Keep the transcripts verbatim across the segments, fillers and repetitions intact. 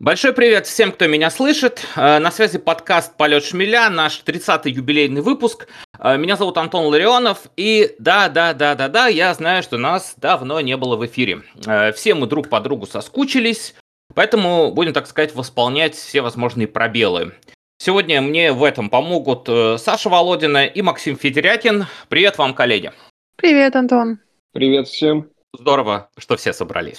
Большой привет всем, кто меня слышит. Э, На связи подкаст «Полет шмеля», наш тридцатый юбилейный выпуск. Э, Меня зовут Антон Ларионов, и да-да-да-да-да, я знаю, что нас давно не было в эфире. Э, Все мы друг по другу соскучились, поэтому будем, так сказать, восполнять все возможные пробелы. Сегодня мне в этом помогут э, Саша Володина и Максим Федерякин. Привет вам, коллеги. Привет, Антон. Привет всем. Здорово, что все собрались.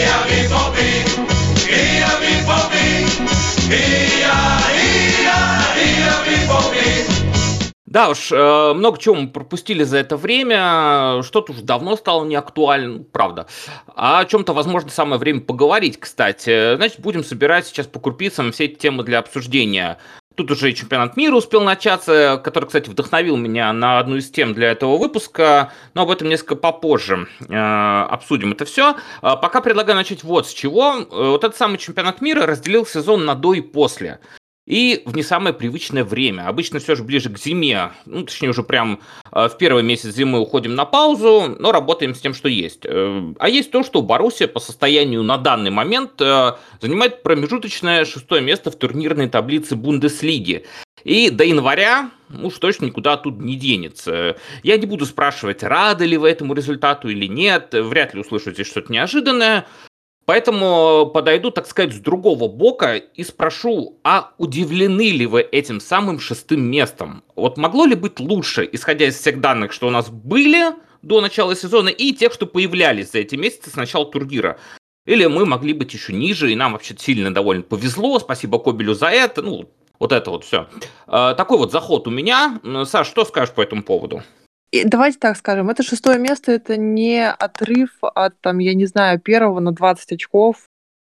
Да уж, э, много чего мы пропустили за это время, что-то уже давно стало не актуально, ну, правда. А о чем-то, возможно, самое время поговорить, кстати. Значит, будем собирать сейчас по крупицам все эти темы для обсуждения. Тут уже и чемпионат мира успел начаться, который, кстати, вдохновил меня на одну из тем для этого выпуска, но об этом несколько попозже э, обсудим это все. А пока предлагаю начать вот с чего. Э, Вот этот самый чемпионат мира разделил сезон на до и после. И в не самое привычное время. Обычно все же ближе к зиме, ну, точнее, уже прям э, в первый месяц зимы уходим на паузу, но работаем с тем, что есть. Э, А есть то, что Боруссия по состоянию на данный момент э, занимает промежуточное шестое место в турнирной таблице Бундеслиги. И до января, ну уж точно никуда тут не денется. Я не буду спрашивать, рады ли вы этому результату или нет, вряд ли услышу здесь что-то неожиданное. Поэтому подойду, так сказать, с другого бока и спрошу, а удивлены ли вы этим самым шестым местом? Вот могло ли быть лучше, исходя из всех данных, что у нас были до начала сезона, и тех, что появлялись за эти месяцы с начала турнира? Или мы могли быть еще ниже, и нам вообще сильно довольно повезло, спасибо Кобелю за это, ну, вот это вот все. Такой вот заход у меня. Саш, что скажешь по этому поводу? И давайте так скажем, это шестое место, это не отрыв от, там, я не знаю, первого на двадцать очков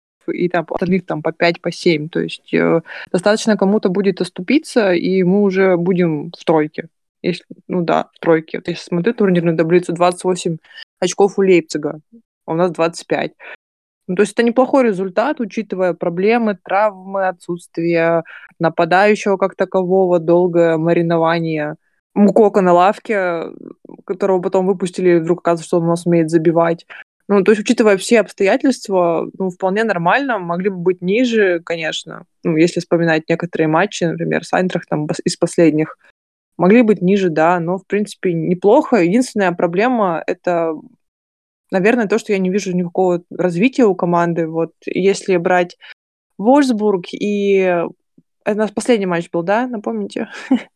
и там отрыв там по пять, по семь. То есть э, достаточно кому-то будет оступиться, и мы уже будем в тройке. Если, ну да, в тройке. Вот если смотрю турнирную таблицу, двадцать восемь очков у Лейпцига, а у нас двадцать пять. Ну, то есть это неплохой результат, учитывая проблемы, травмы, отсутствие нападающего как такового, долгое маринование Мукока на лавке, которого потом выпустили, и вдруг оказывается, что он у нас умеет забивать. Ну, то есть, учитывая все обстоятельства, ну, вполне нормально, могли бы быть ниже, конечно. Ну, если вспоминать некоторые матчи, например, с Айнтрахтом из последних, могли быть ниже, да, но, в принципе, неплохо. Единственная проблема — это, наверное, то, что я не вижу никакого развития у команды. Вот если брать Вольсбург и... Это у нас последний матч был, да? Напомните?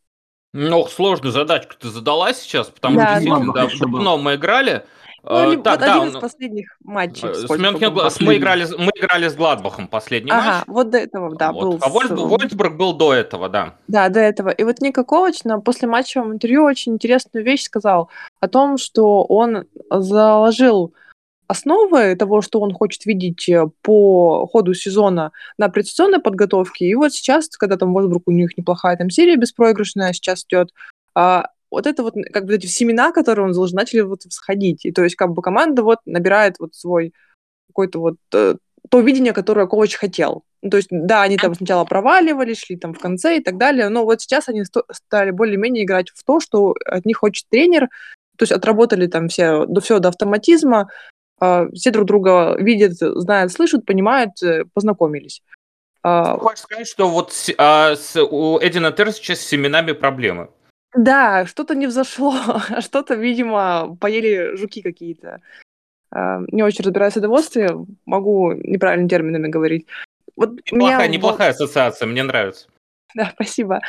Ну, сложную задачку ты задала сейчас, потому что Да, действительно ну, да, давно мы играли. ну, Э, ли- вот Так, да, один из он, последних матчей, э, с сколько бы Мönchengла- было. с- мы играли, с- мы играли с Гладбахом последний Ага, матч. вот до этого, да, Вот. был А с... Вольсбург, Вольсбург был до этого, да. Да, до этого. И вот Ника Ковач на послематчевом интервью очень интересную вещь сказал о том, что он заложил основы того, что он хочет видеть э, по ходу сезона на предсезонной подготовке. И вот сейчас, когда там Вольсбург, у них неплохая там серия беспроигрышная сейчас идет, а, вот это вот как бы эти семена, которые он заложил, начали вот всходить. И то есть как бы команда вот набирает вот свой какое-то вот э, то видение, которое Ковач хотел. Ну, то есть, да, они там сначала проваливались, шли там в конце и так далее, но вот сейчас они сто- стали более-менее играть в то, что от них хочет тренер, то есть отработали там все, до, все до автоматизма, а, все друг друга видят, знают, слышат, понимают, э, познакомились. А, Хочешь сказать, что вот с, а, с- у Эдина Терра сейчас с семенами проблемы? да, что-то не взошло, а что-то, видимо, поели жуки какие-то. А, не очень разбираюсь в удовольствии, могу неправильными терминами говорить. Вот меня Неплохая, вол- неплохая ассоциация, мне нравится. Да, спасибо.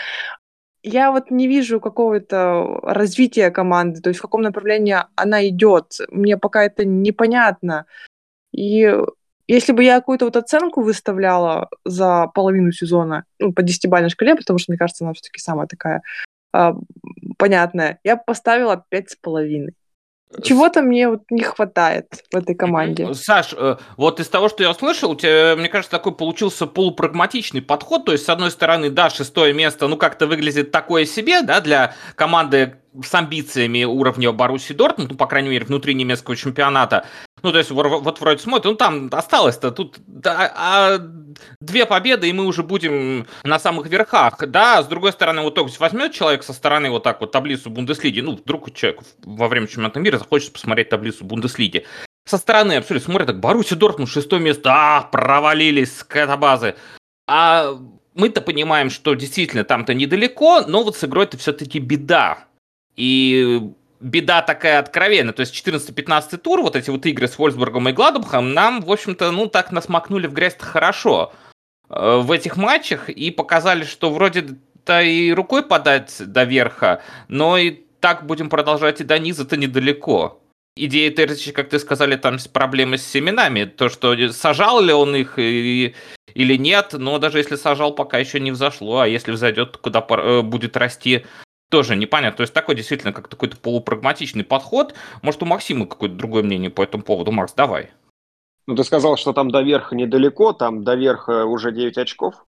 Я вот не вижу какого-то развития команды, то есть в каком направлении она идет. Мне пока это непонятно. И если бы я какую-то вот оценку выставляла за половину сезона, ну, по десятибалльной шкале, потому что, мне кажется, она все-таки самая такая а, понятная, я бы поставила пять с половиной. Чего-то мне вот не хватает в этой команде. Мгм. Саш, э, вот из того, что я услышал, у тебя, мне кажется, такой получился полупрагматичный подход. То есть, с одной стороны, да, шестое место, ну, как-то выглядит такое себе, да, для команды с амбициями уровня Боруссии Дортмунд, ну, по крайней мере, внутри немецкого чемпионата. Ну, то есть, вор- вот вроде смотрит, ну, там осталось-то тут да, а, две победы, и мы уже будем на самых верхах, да. С другой стороны, вот только возьмет человек со стороны вот так вот таблицу Бундеслиги, ну, вдруг человек во время чемпионата мира захочет посмотреть таблицу Бундеслиги. со стороны абсолютно смотрят, так Боруссия Дортмунд шестое место, а, провалились с катобазы. А мы-то понимаем, что действительно там-то недалеко, но вот с игрой-то все-таки беда. И беда такая откровенная. То есть четырнадцатый-пятнадцатый тур, вот эти вот игры с Вольфсбургом и Гладбахом, нам, в общем-то, ну так нас макнули в грязь-то хорошо э, в этих матчах и показали, что вроде-то и рукой подать до верха, но и так будем продолжать и до низа-то недалеко. Идея Терзича, как ты сказали, там с проблемы с семенами. То, что сажал ли он их и, или нет, но даже если сажал, пока еще не взошло, а если взойдет, куда пор- будет расти, тоже непонятно. То есть такой действительно как какой-то полупрагматичный подход. Может, у Максима какое-то другое мнение по этому поводу. Макс, давай. Ну, ты сказал, что там до верха недалеко, там до верха уже девять очков.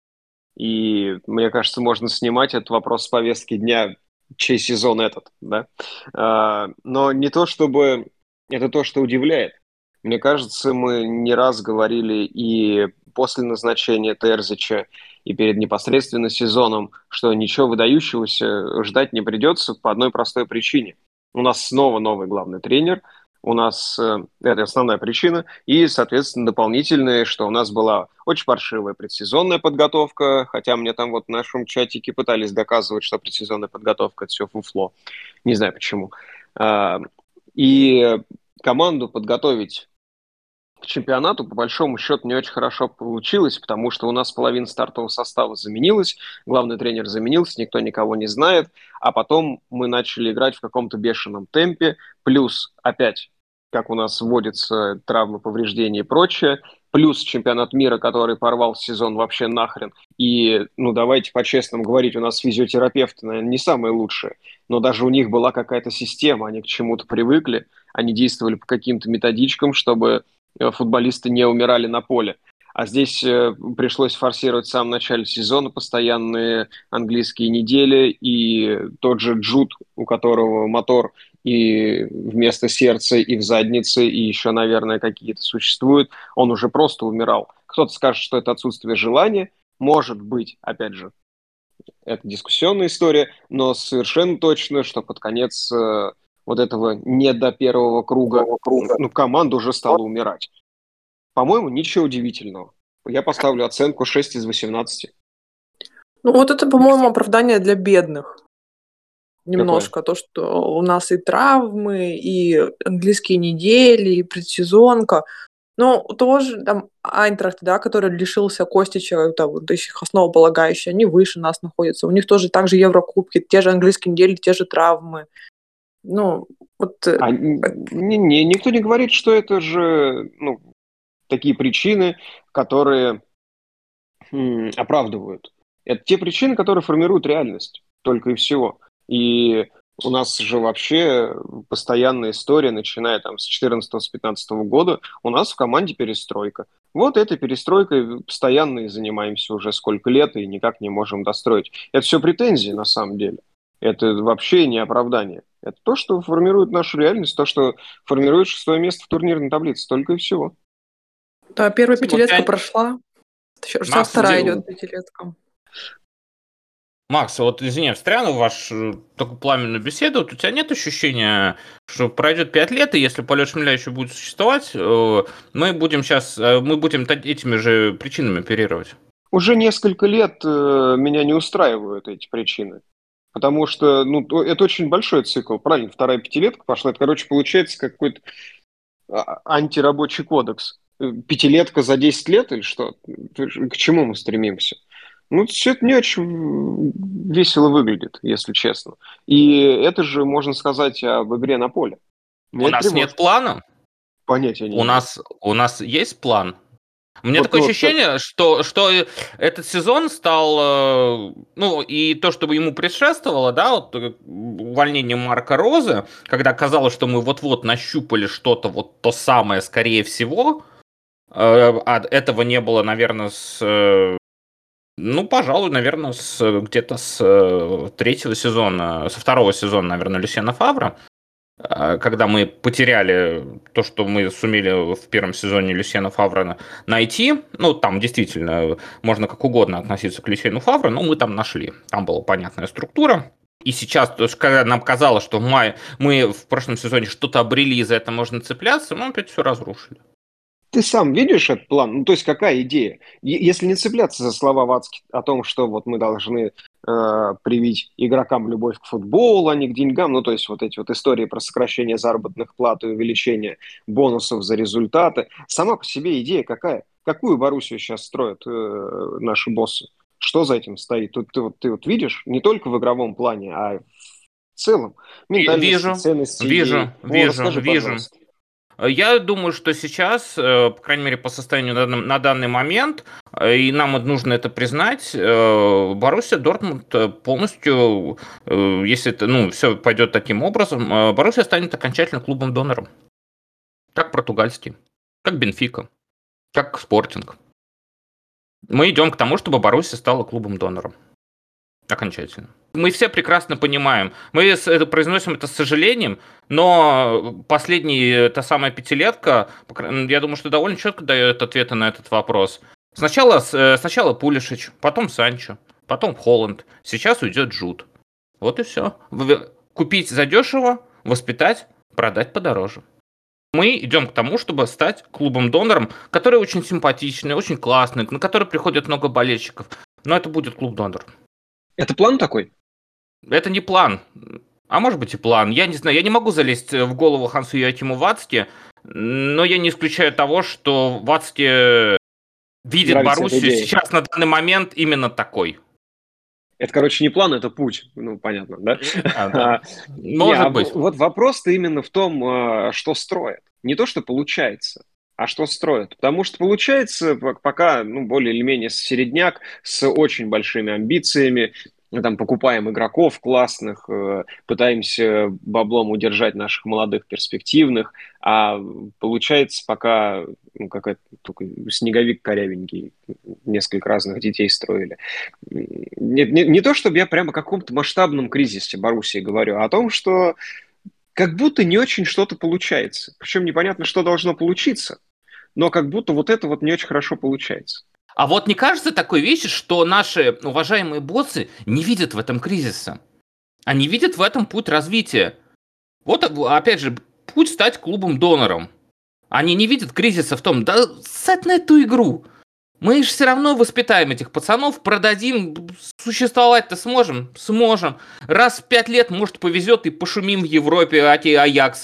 И, мне кажется, можно снимать этот вопрос с повестки дня, чей сезон этот, да. А, но не то чтобы это то, что удивляет. Мне кажется, мы не раз говорили и после назначения Терзича, и перед непосредственно сезоном, что ничего выдающегося ждать не придется по одной простой причине. У нас снова новый главный тренер, у нас э, это основная причина, и, соответственно, дополнительное, что у нас была очень паршивая предсезонная подготовка, хотя мне там вот в нашем чатике пытались доказывать, что предсезонная подготовка – это все фуфло. Не знаю почему. А, И команду подготовить к чемпионату, по большому счету, не очень хорошо получилось, потому что у нас половина стартового состава заменилась, главный тренер заменился, никто никого не знает, а потом мы начали играть в каком-то бешеном темпе, плюс опять, как у нас вводятся травмы, повреждения и прочее, плюс чемпионат мира, который порвал сезон вообще нахрен. И, ну, давайте по-честному говорить, у нас физиотерапевты, наверное, не самые лучшие, но даже у них была какая-то система, они к чему-то привыкли, они действовали по каким-то методичкам, чтобы футболисты не умирали на поле. А здесь э, пришлось форсировать в самом начале сезона постоянные английские недели, и тот же Джуд, у которого мотор и вместо сердца, и в заднице, и еще, наверное, какие-то существуют, он уже просто умирал. Кто-то скажет, что это отсутствие желания. Может быть, опять же, это дискуссионная история, но совершенно точно, что под конец э, вот этого не до первого круга, ну, команда уже стала умирать. По-моему, ничего удивительного. Я поставлю оценку шесть из восемнадцати. Ну, вот это, по-моему, оправдание для бедных. Немножко то, что у нас и травмы, и английские недели, и предсезонка. Ну, тоже там Айнтрахт, да, который лишился Костича, это вот их основополагающие, они выше нас находятся. У них тоже так же Еврокубки, те же английские недели, те же травмы. Ну, вот... А, не, не, никто не говорит, что это же ну, такие причины, которые м, оправдывают. Это те причины, которые формируют реальность, только и всего. И у нас же вообще постоянная история, начиная там с четырнадцатого-пятнадцатого года, у нас в команде перестройка. Вот этой перестройкой постоянно и занимаемся уже сколько лет, и никак не можем достроить. Это все претензии на самом деле. Это вообще не оправдание. Это то, что формирует нашу реальность, то, что формирует шестое место в турнирной таблице, только и всего. Да, первая пятилетка вот прошла, сейчас Макс, вторая идет пятилетка. Макс, вот извини, встряну в вашу такую пламенную беседу, вот у тебя нет ощущения, что пройдет пять лет, и если полет шмеля еще будет существовать, мы будем сейчас, мы будем этими же причинами оперировать? Уже несколько лет э, меня не устраивают эти причины. Потому что, ну, это очень большой цикл, правильно? Вторая пятилетка пошла. Это, короче, получается какой-то антирабочий кодекс. Пятилетка за десять лет или что? К чему мы стремимся? Ну, все это не очень весело выглядит, если честно. И это же, можно сказать, об игре на поле. Мне у нас тревожит. Нет плана? Понятия не у нас, у нас есть план? У меня вот, такое ну, ощущение, вот, что, что этот сезон стал, ну, и то, что ему предшествовало, да, вот увольнение Марка Розы, когда казалось, что мы вот-вот нащупали что-то, вот то самое, скорее всего, а этого не было, наверное, с, ну, пожалуй, наверное, с, где-то с третьего сезона, со второго сезона, наверное, Люсьена Фавра, когда мы потеряли то, что мы сумели в первом сезоне Люсьена Фавра найти. Ну, там действительно можно как угодно относиться к Люсьену Фавру, но мы там нашли. Там была понятная структура. И сейчас, то есть, когда нам казалось, что в мае мы в прошлом сезоне что-то обрели, и за это можно цепляться, мы опять все разрушили. Ты сам видишь этот план? Ну, то есть какая идея? Е- Если не цепляться за слова Вацки о том, что вот мы должны э, привить игрокам любовь к футболу, а не к деньгам, ну, то есть вот эти вот истории про сокращение заработных плат и увеличение бонусов за результаты. Сама по себе идея какая? Какую Боруссию сейчас строят э, наши боссы? Что за этим стоит? Тут ты, вот, ты вот видишь, не только в игровом плане, а в целом. Ви- Ментальности, Вижу, ценности, вижу, идей. О, вижу, расскажи, вижу. пожалуйста. Э, Я думаю, что сейчас, э, по крайней мере, по состоянию на данный, на данный момент, э, и нам вот нужно это признать, э, Боруссия Дортмунд э, полностью, э, если это, ну, все пойдет таким образом, э, Боруссия станет окончательно клубом-донором. Как португальский, как Бенфика, как Спортинг. Мы идем к тому, чтобы Боруссия стала клубом-донором. Окончательно. Мы все прекрасно понимаем. Мы с- это произносим это с сожалением, но последняя, та самая пятилетка, по кра- я думаю, что довольно четко дает ответы на этот вопрос. Сначала, с- э, сначала Пулишич, потом Санчо, потом Холланд, сейчас уйдет Джуд. Вот и все. Купить задешево, воспитать, продать подороже. Мы идем к тому, чтобы стать клубом-донором, который очень симпатичный, очень классный, на который приходит много болельщиков. Но это будет клуб-донор. Это план такой? Это не план. А может быть и план. Я не знаю, я не могу залезть в голову Хансу Йоахиму Вацке, но я не исключаю того, что Вацке видит Нравится эта Боруссию идея. сейчас на данный момент именно такой. Это, короче, не план, это путь. Ну, понятно, да? А, да. Не, а Может быть. вот вопрос-то именно в том, а, что строят. Не то, что получается, а что строят. Потому что получается пока, ну, более или менее середняк с очень большими амбициями. Мы там покупаем игроков классных, э, пытаемся баблом удержать наших молодых перспективных, а получается пока, ну, какая-то только снеговик корявенький, несколько разных детей строили. Не, не, не то, чтобы я прямо о каком-то масштабном кризисе Боруссии говорю, а о том, что как будто не очень что-то получается. Причем непонятно, что должно получиться, но как будто вот это вот не очень хорошо получается. А вот не кажется такой вещи, что наши уважаемые боссы не видят в этом кризиса? Они видят в этом путь развития. Вот, опять же, путь стать клубом-донором. Они не видят кризиса в том, да ссать на эту игру. Мы же все равно воспитаем этих пацанов, продадим, существовать-то сможем? Сможем. Раз в пять лет, может, повезет и пошумим в Европе, аки Аякс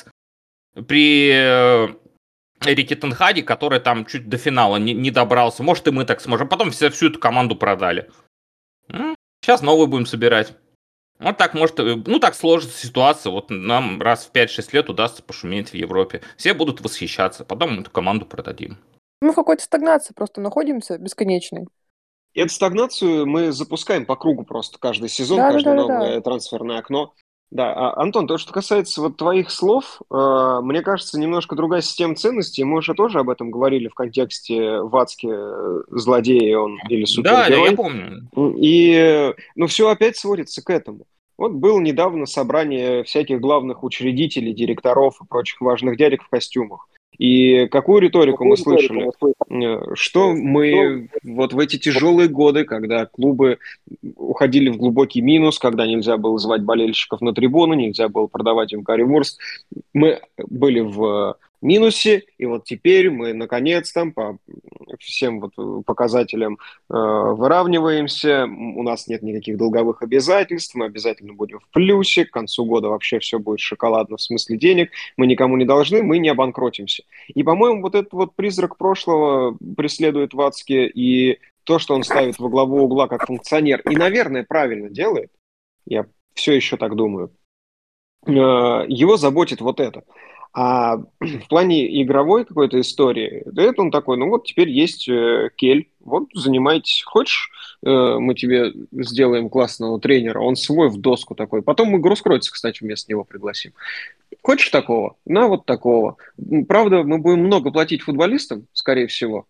при э, Эрике Тен Хаге, который там чуть до финала не, не добрался. Может, и мы так сможем. Потом все, всю эту команду продали. М, Сейчас новую будем собирать. Вот так может, э, ну так сложится ситуация, вот нам раз в пять-шесть лет удастся пошуметь в Европе. Все будут восхищаться, потом мы эту команду продадим. Мы в какой-то стагнации просто находимся бесконечной. И эту стагнацию мы запускаем по кругу просто каждый сезон, каждое Да-да-да-да-да. новое трансферное окно. Да, а, Антон, то, что касается вот твоих слов, э, мне кажется, немножко другая система ценностей. Мы уже тоже об этом говорили в контексте Вацки, э, злодей он или Да, да, я супергерой. помню. И, э, ну, все опять сводится к этому. Вот было недавно собрание всяких главных учредителей, директоров и прочих важных дядек в костюмах. И какую риторику мы слышали? Э, Что мы вот в эти тяжелые годы, когда клубы уходили в глубокий минус, когда нельзя было звать болельщиков на трибуны, нельзя было продавать им карри-вурст, мы были в минусе, и вот теперь мы, наконец, там по всем вот показателям э, выравниваемся, у нас нет никаких долговых обязательств, мы обязательно будем в плюсе, к концу года вообще все будет шоколадно в смысле денег, мы никому не должны, мы не обанкротимся. И, по-моему, вот этот вот призрак прошлого преследует Вацке, и то, что он ставит во главу угла как функционер, и, наверное, правильно делает, я все еще так думаю, э, его заботит вот это. А в плане игровой какой-то истории, да это он такой, ну вот теперь есть э, Кель, вот занимайтесь. Хочешь, э, мы тебе сделаем классного тренера, он свой в доску такой. Потом мы Грускройца, кстати, вместо него пригласим. Хочешь такого? На вот такого. М, Правда, мы будем много платить футболистам, скорее всего.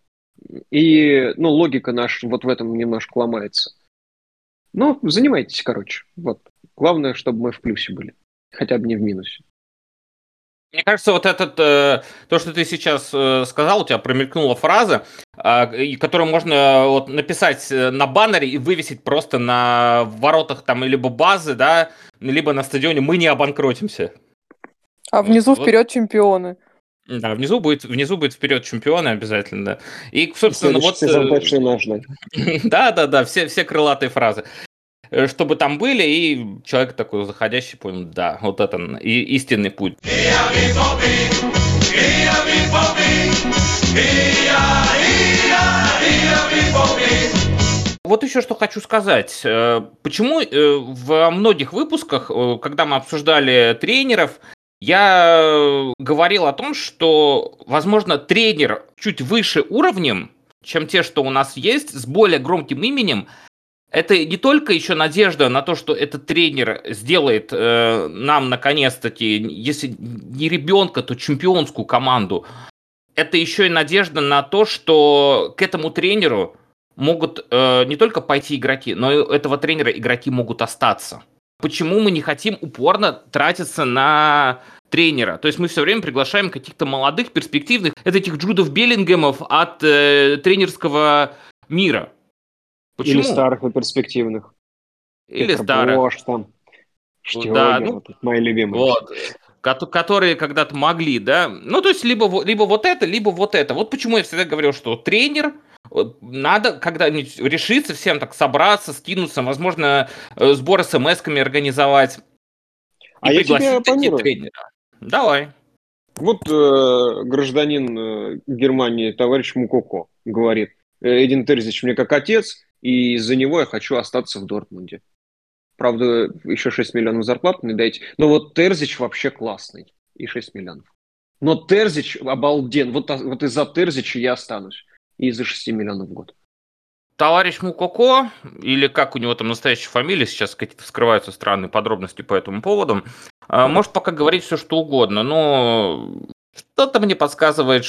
И, ну, логика наша вот в этом немножко ломается. Ну, занимайтесь, короче. Вот. Главное, чтобы мы в плюсе были. Хотя бы не в минусе. Мне кажется, вот этот, э, то, что ты сейчас э, сказал, у тебя промелькнула фраза, а, и которую можно э, вот написать э, на баннере и вывесить просто на воротах там либо базы, да, либо на стадионе «Мы не обанкротимся». А Вот, внизу вот. вперед чемпионы. Да, внизу будет, внизу будет вперед чемпионы обязательно, да. И, И собственно, следующий вот... сезон э, точно наш ждать. Да, да, да, все, все крылатые фразы. Э, Чтобы там были, и человек такой заходящий понял, да, вот это н- и- истинный путь. Вот еще что хочу сказать. Э, Почему э, во многих выпусках, э, когда мы обсуждали тренеров, я э, говорил о том, что, возможно, тренер чуть выше уровнем, чем те, что у нас есть, с более громким именем, это не только еще надежда на то, что этот тренер сделает э, нам наконец-таки, если не ребенка, то чемпионскую команду. Это еще и надежда на то, что к этому тренеру могут э, не только пойти игроки, но и у этого тренера игроки могут остаться. Почему мы не хотим упорно тратиться на тренера? То есть мы все время приглашаем каких-то молодых, перспективных, это этих Джудов Беллингемов от э, тренерского мира. Или Почему? старых и перспективных. Или Петр старых. Бош там, Да, Штёгер, ну, вот это мои любимые все. вот, э, кото- которые когда-то могли, да. Ну, то есть, либо, во- либо вот это, либо вот это. Вот почему я всегда говорил, что тренер, вот, надо когда-нибудь решиться всем так собраться, скинуться, возможно, э, сбор смс-ками организовать и А я тебе пригласить такие оппонирую. тренера. Давай. Вот э, гражданин э, Германии, товарищ Мукоко, говорит, «Э, Эдин Терзич мне как отец, и из-за него я хочу остаться в Дортмунде. Правда, еще шесть миллионов зарплаты не дайте. Но вот Терзич вообще классный. И шесть миллионов. Но Терзич обалден. Вот, а- вот из-за Терзича я останусь. И из-за шести миллионов в год. Товарищ Мукоко, или как у него там настоящая фамилия, сейчас какие-то вскрываются странные подробности по этому поводу, а, может пока говорить все, что угодно, но что-то мне подсказывает,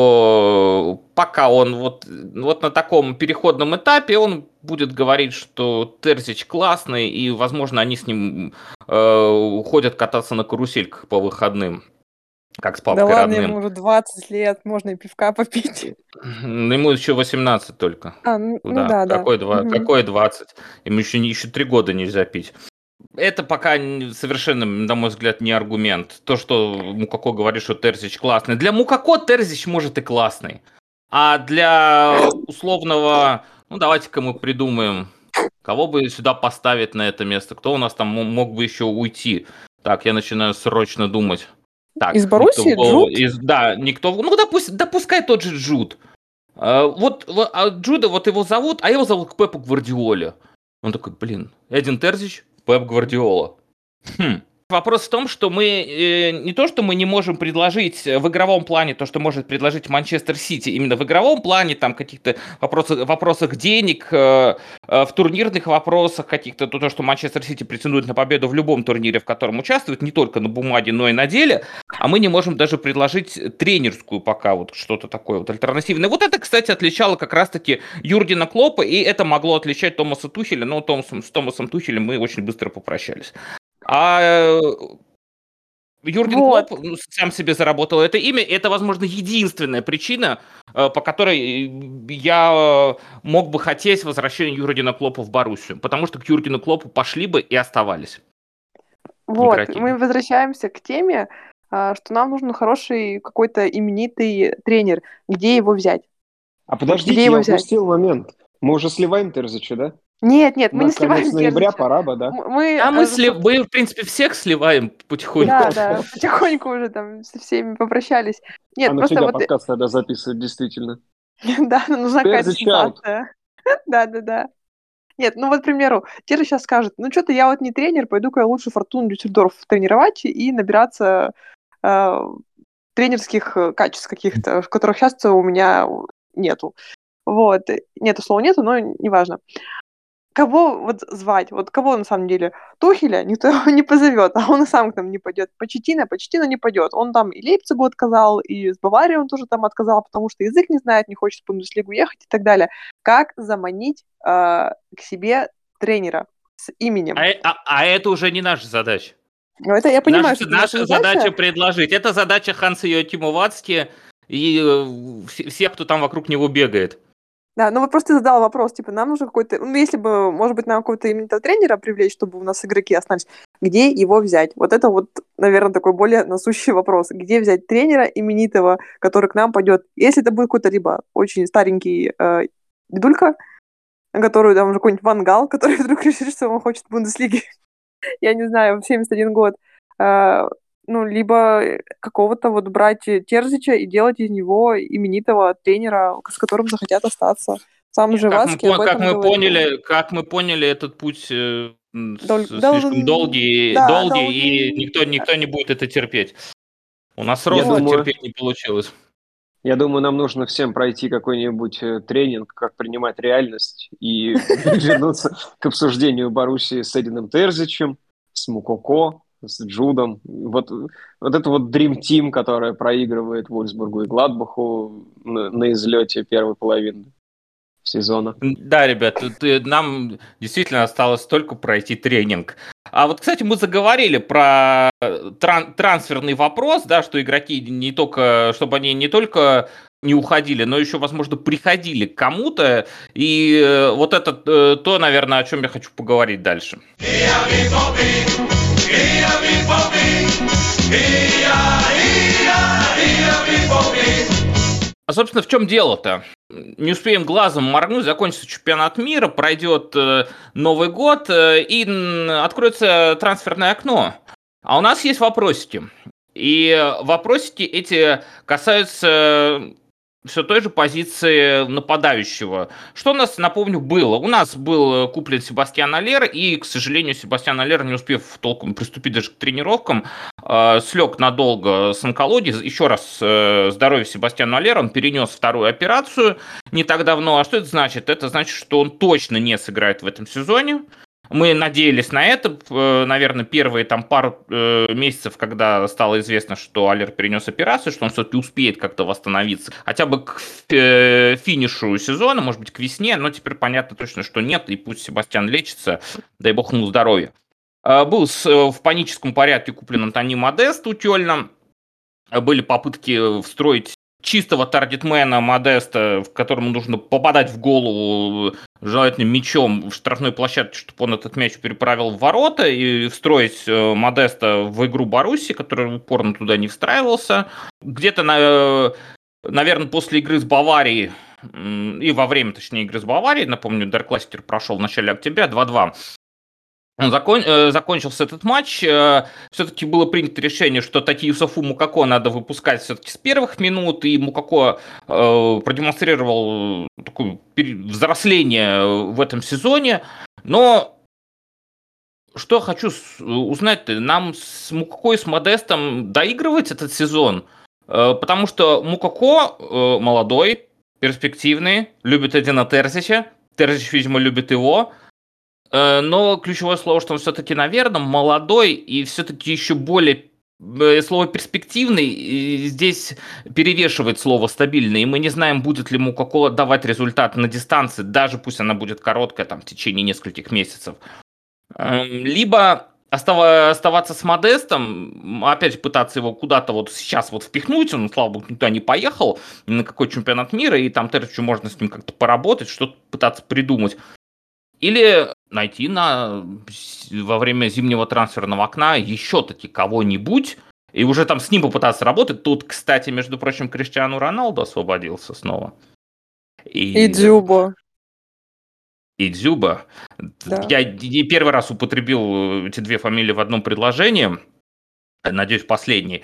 что пока он вот, вот на таком переходном этапе, он будет говорить, что Терзич классный, и, возможно, они с ним э, уходят кататься на карусельках по выходным, как с Да папкой ладно, ему родным. уже двадцать лет, можно и пивка попить. Ну, ему еще восемнадцать только. А, ну, ну Куда? да, да. Какой, два, Мгм. какой двадцать? Ему еще, не- еще три года нельзя пить. Это пока не- совершенно, на мой взгляд, не аргумент. То, что Мукако говорит, что Терзич классный. Для Мукако Терзич может и классный. А для условного... Ну, давайте-ка мы придумаем, кого бы сюда поставить на это место. Кто у нас там мо- мог бы еще уйти? Так, я начинаю срочно думать. Так, Из никто в Боруссии голову... Джуд? Из, да, никто... в- Ну, да, пусть, да пускай тот же Джуд. А, Вот, вот а Джуда, вот его зовут, а его зовут к Пепу Гвардиоле. Он такой, блин, Эдин Терзич, Пеп Гвардиола. Хм. Вопрос в том, что мы э, не то, что мы не можем предложить в игровом плане то, что может предложить Манчестер Сити, именно в игровом плане, там каких-то вопросах, вопросах денег, э, э, в турнирных вопросах каких-то, то, то, что Манчестер Сити претендует на победу в любом турнире, в котором участвует, не только на бумаге, но и на деле, а мы не можем даже предложить тренерскую пока вот что-то такое вот альтернативное. Вот это, кстати, отличало как раз-таки Юргена Клопа, и это могло отличать Томаса Тухеля, но Томасом, с Томасом Тухелем мы очень быстро попрощались. А э, Юрген Вот. Клопп ну, сам себе заработал это имя, и это, возможно, единственная причина, э, по которой э, я э, мог бы хотеть возвращения Юргена Клоппа в Боруссию, потому что к Юргену Клоппу пошли бы и оставались Вот, игроки. мы возвращаемся к теме, а, что нам нужен хороший какой-то именитый тренер. Где его взять? А Вот подождите, где я его взять? упустил момент. Мы уже сливаем Терзича, да? Нет, нет, мы На не конец сливаем ноября Терзича. пора бы, да? М- Мы, А мы, а, слив... соб- мы, в принципе, всех сливаем потихоньку. да, да, потихоньку уже там со всеми попрощались. А Нет, просто нафига вот, э, подкаст тогда записывать, действительно? да, нужна какая-то Терзич аут. сенсация. Да, да, да. Нет, ну вот, к примеру, те же сейчас скажут, ну что-то я вот не тренер, пойду-ка я лучше Фортуну Дюссельдорф тренировать и набираться э, тренерских э, качеств каких-то, которых сейчас у меня нету. Вот. Нету слова нету, но неважно. Кого вот звать? Вот кого на самом деле? Тухеля никто не позовет, а он и сам к нам не пойдет. Почетина, Почетина не пойдет. Он там и Лейпцигу отказал, и с Баварией он тоже там отказал, потому что язык не знает, не хочет в Бундеслигу ехать и так далее. Как заманить э, к себе тренера с именем? А, э- а- а это уже не наша задача. Ну, это я понимаю, Наша, что это наша наша задача задача. предложить. Это задача Ханса Йоахима Вацки и э, все- всех, кто там вокруг него бегает. Да, ну вот просто ты задал вопрос, типа, нам нужен какой-то, ну, если бы, может быть, нам какого-то именно тренера привлечь, чтобы у нас игроки остались, где его взять? Вот это вот, наверное, такой более насущий вопрос. Где взять тренера именитого, который к нам пойдет? Если это будет какой-то либо очень старенький э, дедулька, который там уже какой-нибудь Ван Гал, который вдруг решит, что он хочет в Бундеслиге, я не знаю, в семьдесят один год, э, ну, либо какого-то вот брать Терзича и делать из него именитого тренера, с которым захотят остаться. Сам же Как мы, Вацки об пон- как этом мы говорил. поняли, как мы поняли, этот путь э, м, Дол- с- дол- слишком долгий, да, долгий, и долгий. никто, никто не будет это терпеть. У нас Я роста думаю, терпеть не получилось. я думаю, нам нужно всем пройти какой-нибудь э, тренинг, как принимать реальность, и вернуться к обсуждению Боруссии с Эдином Терзичем, с Мукоко, с Джудом. Вот, вот это вот Dream Team, которая проигрывает Вольсбургу и Гладбаху на, на излете первой половины сезона. Да, ребят, тут, э, нам действительно осталось только пройти тренинг. А вот, кстати, мы заговорили про э, тран- трансферный вопрос, да, что игроки не только, чтобы они не только не уходили, но еще, возможно, приходили к кому-то. И э, вот это э, то, наверное, о чем я хочу поговорить дальше. А, собственно, в чем дело-то? Не успеем глазом моргнуть, закончится чемпионат мира, пройдет э, Новый год, э, и м, откроется трансферное окно. А у нас есть вопросики. И вопросики эти касаются все той же позиции нападающего. Что у нас, напомню, было? У нас был куплен Себастьян Аллер, и, к сожалению, Себастьян Аллер, не успев толком приступить даже к тренировкам, э, слег надолго с онкологией. Еще раз э, здоровье Себастьяну Аллеру, он перенес вторую операцию не так давно. А что это значит? Это значит, что он точно не сыграет в этом сезоне. Мы надеялись на это, э, наверное, первые там пару э, месяцев, когда стало известно, что Аллер перенес операцию, что он все-таки успеет как-то восстановиться, хотя бы к э, финишу сезона, может быть, к весне, но теперь понятно точно, что нет, и пусть Себастьян лечится, дай бог ему здоровья. Э, был с, э, в паническом порядке куплен Антони Модест у Кёльна, были попытки встроить чистого таргетмена Модеста, в которому нужно попадать в голову желательно мячом в штрафной площадке, чтобы он этот мяч переправил в ворота, и встроить Модеста в игру Боруссии, который упорно туда не встраивался. Где-то, на, наверное, после игры с Баварией, и во время, точнее, игры с Баварией, напомню, Деркластер прошел в начале октября два-два, Закон, э, закончился этот матч. Э, все-таки было принято решение, что Такиюсафу Мукако надо выпускать все-таки с первых минут, и Мукако э, продемонстрировал такое взросление в этом сезоне. Но что хочу узнать, нам с Мукако и с Модестом доигрывать этот сезон, э, потому что Мукако э, молодой, перспективный, любит Эдина Терзича, Терзич, видимо, любит его. Но ключевое слово, что он все-таки, наверное, молодой и все-таки еще более слово перспективный здесь перевешивает слово стабильный. И мы не знаем, будет ли Мукако давать результат на дистанции, даже пусть она будет короткая, там, в течение нескольких месяцев. Либо оставаться с Модестом, опять пытаться его куда-то вот сейчас вот впихнуть, он, слава богу, никуда не поехал, ни на какой чемпионат мира, и там Терчу можно с ним как-то поработать, что-то пытаться придумать. Или найти на, во время зимнего трансферного окна еще-таки кого-нибудь, и уже там с ним попытаться работать. Тут, кстати, между прочим, Криштиану Роналду освободился снова. И, и Дзюба. И Дзюба. Да. Я не первый раз употребил эти две фамилии в одном предложении. Надеюсь, последний.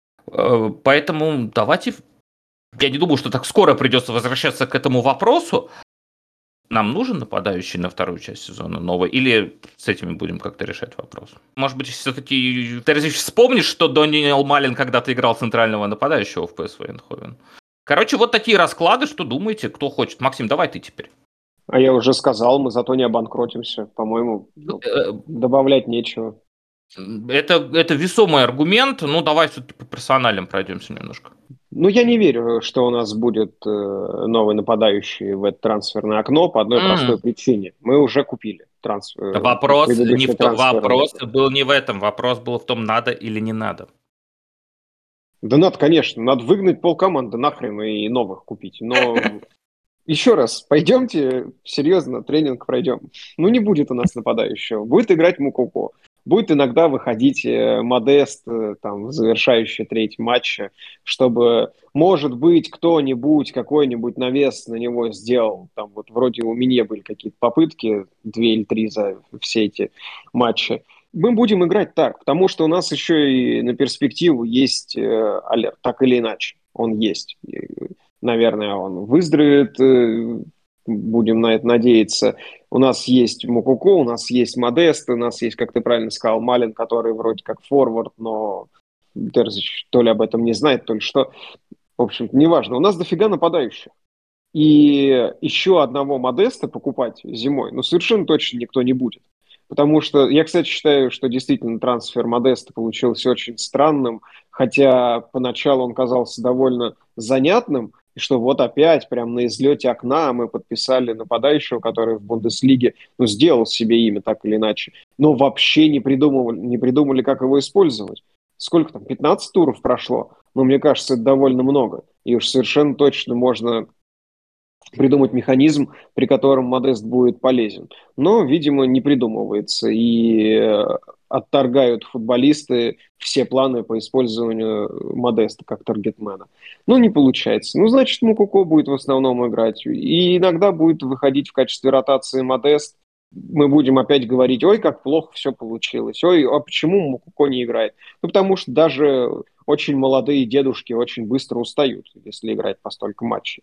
Поэтому давайте... Я не думаю, что так скоро придется возвращаться к этому вопросу. Нам нужен нападающий на вторую часть сезона новый? Или с этими будем как-то решать вопрос? Может быть, все-таки Терзич вспомнишь, что Дониэл Малин когда-то играл центрального нападающего в ПСВ Эйндховен? Короче, вот такие расклады, что думаете, кто хочет. Максим, давай ты теперь. А я уже сказал, мы зато не обанкротимся. По-моему, ну, добавлять нечего. Это, это весомый аргумент. Ну, давай все-таки по персоналям пройдемся немножко. Ну, я не верю, что у нас будет э, новый нападающий в это трансферное окно по одной простой М, причине. Мы уже купили трансфер, Вопрос не предыдущий в то, трансфер. вопрос был не в этом, вопрос был в том, надо или не надо. Да надо, конечно, надо выгнать полкоманды нахрен и новых купить. Но еще раз, пойдемте, серьезно, тренинг пройдем. Ну, не будет у нас нападающего. Будет играть Мукуко. Будет иногда выходить э, Модест э, там, в завершающей треть матча, чтобы, может быть, кто-нибудь, какой-нибудь навес на него сделал. Там вот вроде у меня были какие-то попытки, две или три за все эти матчи. Мы будем играть так, потому что у нас еще и на перспективу есть э, Алерт, так или иначе. Он есть. Наверное, он выздоровеет, э, будем на это надеяться. У нас есть Мукуко, у нас есть Модест, у нас есть, как ты правильно сказал, Малин, который вроде как форвард, но Терзич то ли об этом не знает, то ли что. В общем-то, неважно. У нас дофига нападающих. И еще одного Модеста покупать зимой, ну, совершенно точно никто не будет. Потому что я, кстати, считаю, что действительно трансфер Модеста получился очень странным, хотя поначалу он казался довольно занятным, и что вот опять, прям на излете окна мы подписали нападающего, который в Бундеслиге, ну, сделал себе имя так или иначе, но вообще не придумывали, не придумали, как его использовать. Сколько там, пятнадцать туров прошло? Ну, мне кажется, это довольно много. И уж совершенно точно можно придумать механизм, при котором Модест будет полезен. Но, видимо, не придумывается. И э, отторгают футболисты все планы по использованию Модеста как таргетмена. Ну, не получается. Ну, значит, Мукуко будет в основном играть. И иногда будет выходить в качестве ротации Модест. Мы будем опять говорить, ой, как плохо все получилось. Ой, а почему Мукуко не играет? Ну, потому что даже очень молодые дедушки очень быстро устают, если играть по столько матчей.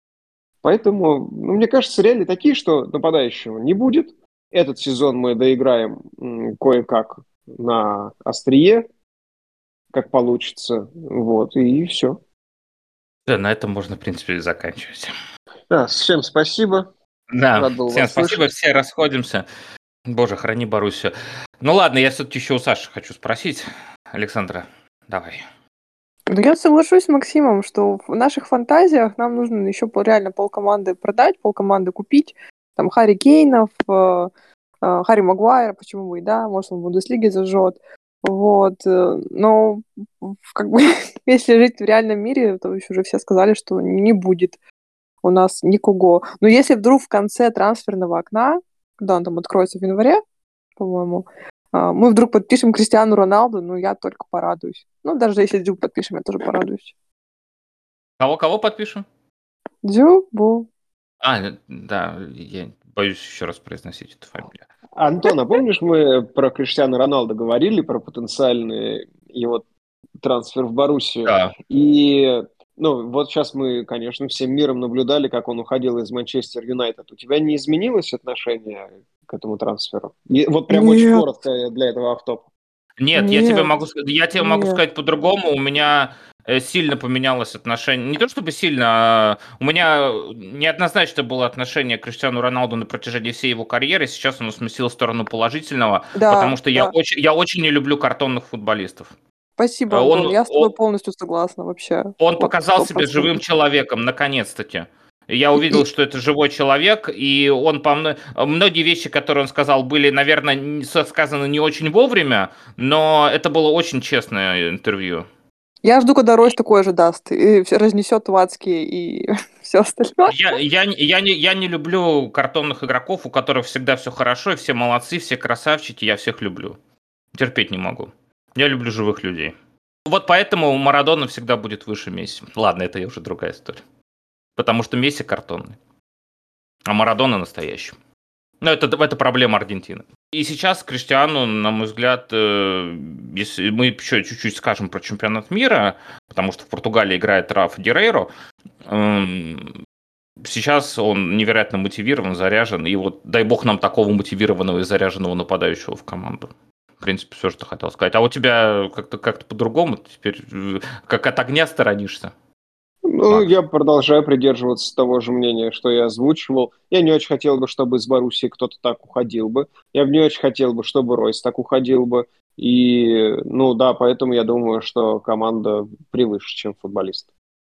Поэтому, ну, мне кажется, реалии такие, что нападающего не будет. Этот сезон мы доиграем м, кое-как на острие, как получится. Вот, и все. Да, на этом можно, в принципе, и заканчивать. Да, всем спасибо. Да, Рад был всем вас спасибо, слышать. все расходимся. Боже, храни Боруссию. Ну ладно, я все-таки еще у Саши хочу спросить. Александра, давай. Ну, я соглашусь с Максимом, что в наших фантазиях нам нужно еще пол- реально полкоманды продать, полкоманды купить. Там Харри Кейнов, э, э, Харри Магуайра, почему бы и да, может, он в Бундеслиге зажжет. Вот. э, Но в- как бы, если жить в реальном мире, то еще уже все сказали, что не будет у нас никого. Но если вдруг в конце трансферного окна, когда он там откроется в январе, по-моему, а, мы вдруг подпишем Криштиану Роналду, ну, я только порадуюсь. Ну, даже если Дзюбу подпишем, я тоже порадуюсь. Кого-кого подпишем? Дзюбу. А, да, я боюсь еще раз произносить эту фамилию. Антон, а помнишь, мы про Криштиану Роналдо говорили, про потенциальный его трансфер в Боруссию? Да. И, ну, вот сейчас мы, конечно, всем миром наблюдали, как он уходил из Манчестер Юнайтед. У тебя не изменилось отношение к этому трансферу? И вот прям очень Нет, коротко для этого автопа. Нет, я тебе нет, могу, ска- я тебе могу нет. сказать по-другому. У меня э, сильно поменялось отношение. Не то чтобы сильно, а у меня неоднозначно было отношение к Криштиану Роналду на протяжении всей его карьеры. Сейчас оно сместило в сторону положительного, потому Да, что я да. очень, я очень не люблю картонных футболистов. Э, Спасибо, Он, Антон. Я с тобой о- полностью согласна вообще. он Вот, показал сто себя живым процентов. человеком, наконец-таки. Я И, увидел, и что это живой человек, и он по мно- многие вещи, которые он сказал, были, наверное, не- со- сказаны не очень вовремя, но это было очень честное интервью. я жду, когда Ройс такое же даст. И всё разнесет в адские и все остальное. Я, я, не- я, не, я не люблю картонных игроков, у которых всегда все хорошо, и все молодцы, все красавчики, я всех люблю. Терпеть не могу. Я люблю живых людей. Вот поэтому Марадона всегда будет выше Месси. Ладно, это уже другая история. Потому что Месси картонный, а Марадона настоящий. Но это, это проблема Аргентины. И сейчас Криштиану, на мой взгляд, э, если мы еще чуть-чуть скажем про чемпионат мира, потому что в Португалии играет Раф Дерейро, эм, сейчас он невероятно мотивирован, заряжен, и вот дай бог нам такого мотивированного и заряженного нападающего в команду. В принципе, все, что хотел сказать. А у тебя как-то как по-другому, ты теперь э, как от огня сторонишься, Ну, Макс? я продолжаю придерживаться того же мнения, что я озвучивал. Я не очень хотел бы, чтобы из Боруссии кто-то так уходил бы. Я бы не очень хотел бы, чтобы Ройс так уходил бы. И, ну да, поэтому я думаю, что команда превыше, чем футболист.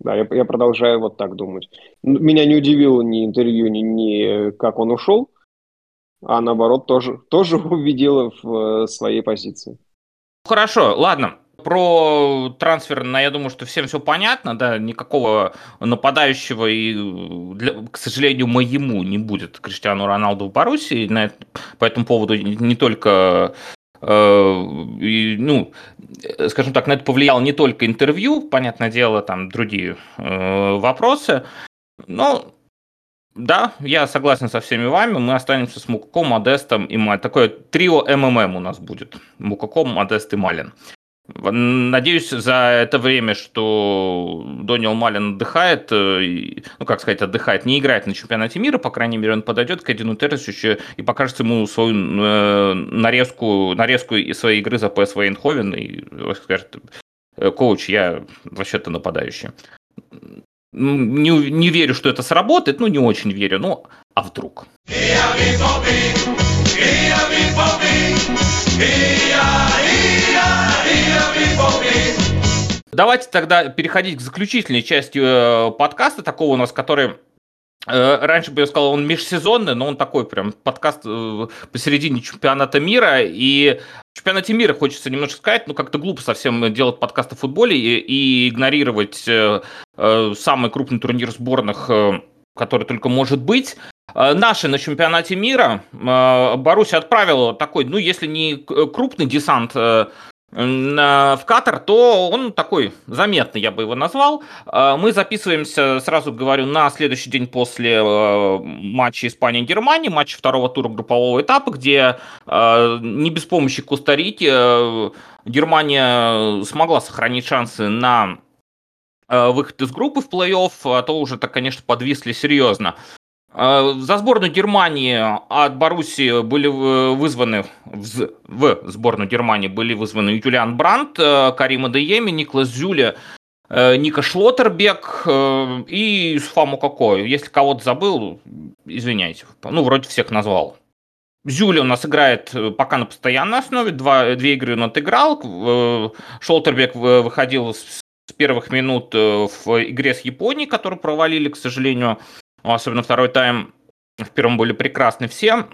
Да, я, я продолжаю вот так думать. Меня не удивило ни интервью, ни, ни как он ушел, а наоборот тоже, тоже убедило в э, своей позиции. Хорошо, ладно. Про трансфер, ну, я думаю, что всем все понятно, да, никакого нападающего и, для, к сожалению, моему не будет Криштиану Роналду в Боруссии. На это, по этому поводу не только, э, и, ну, скажем так, на это повлияло не только интервью, понятное дело, там другие э, вопросы, но да, я согласен со всеми вами. Мы останемся с Мукако, Модестом и Малин. Такое трио МММ у нас будет. Мукако, Модест и Малин. Надеюсь, за это время, что Дониел Малин отдыхает, ну, как сказать, отдыхает, не играет на чемпионате мира, по крайней мере, он подойдет к Эдину Терзичу и покажет ему свою нарезку, нарезку своей игры за ПСВ Эйндховен и скажет: коуч, я вообще-то нападающий. Не, не верю, что это сработает, ну, не очень верю, ну, а вдруг? Давайте тогда переходить к заключительной части э, подкаста, такого у нас, который, э, раньше бы я сказал, он межсезонный, но он такой прям подкаст э, посередине чемпионата мира, и в чемпионате мира хочется немножко сказать, ну, как-то глупо совсем делать подкаст о футболе и, и игнорировать э, э, самый крупный турнир сборных, э, который только может быть. Э, наши на чемпионате мира, э, Боруссия отправила такой, ну, если не крупный десант э, в Катар, то он такой заметный, я бы его назвал. Мы записываемся, сразу говорю, на следующий день после матча Испании-Германии, матча второго тура группового этапа, где не без помощи Коста-Рики Германия смогла сохранить шансы на выход из группы в плей-офф, а то уже так, конечно, подвисли серьезно. За сборную Германии от Боруссии были вызваны, в, в сборную Германии были вызваны Юлиан Брандт, Карим Адейеми, Никлас Зюле, Ника Шлоттербек и Юсуфа Мукако. Если кого-то забыл, извиняйте. Ну, вроде всех назвал. Зюле у нас играет пока на постоянной основе, два, две игры он отыграл. Шлоттербек выходил с первых минут в игре с Японией, которую провалили, к сожалению. Особенно второй тайм, в первом были прекрасны все.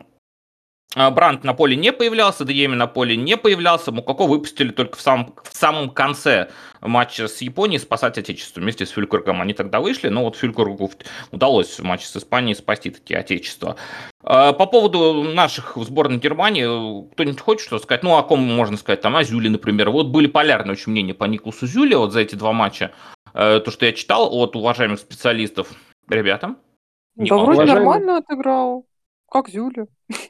Брандт на поле не появлялся, Адейеми на поле не появлялся. Мукако выпустили только в самом, в самом конце матча с Японией спасать отечество. Вместе с Фюлькергом они тогда вышли, но вот Фюлькергу удалось в матче с Испанией спасти таки отечество. По поводу наших в сборной Германии, кто-нибудь хочет что сказать? Ну, о ком можно сказать? Там о Зюле, например. Вот были полярные очень мнения по Никласу Зюле вот за эти два матча. То, что я читал от уважаемых специалистов. Ребята? Да вроде уважаемый. Нормально отыграл. Как Зюля.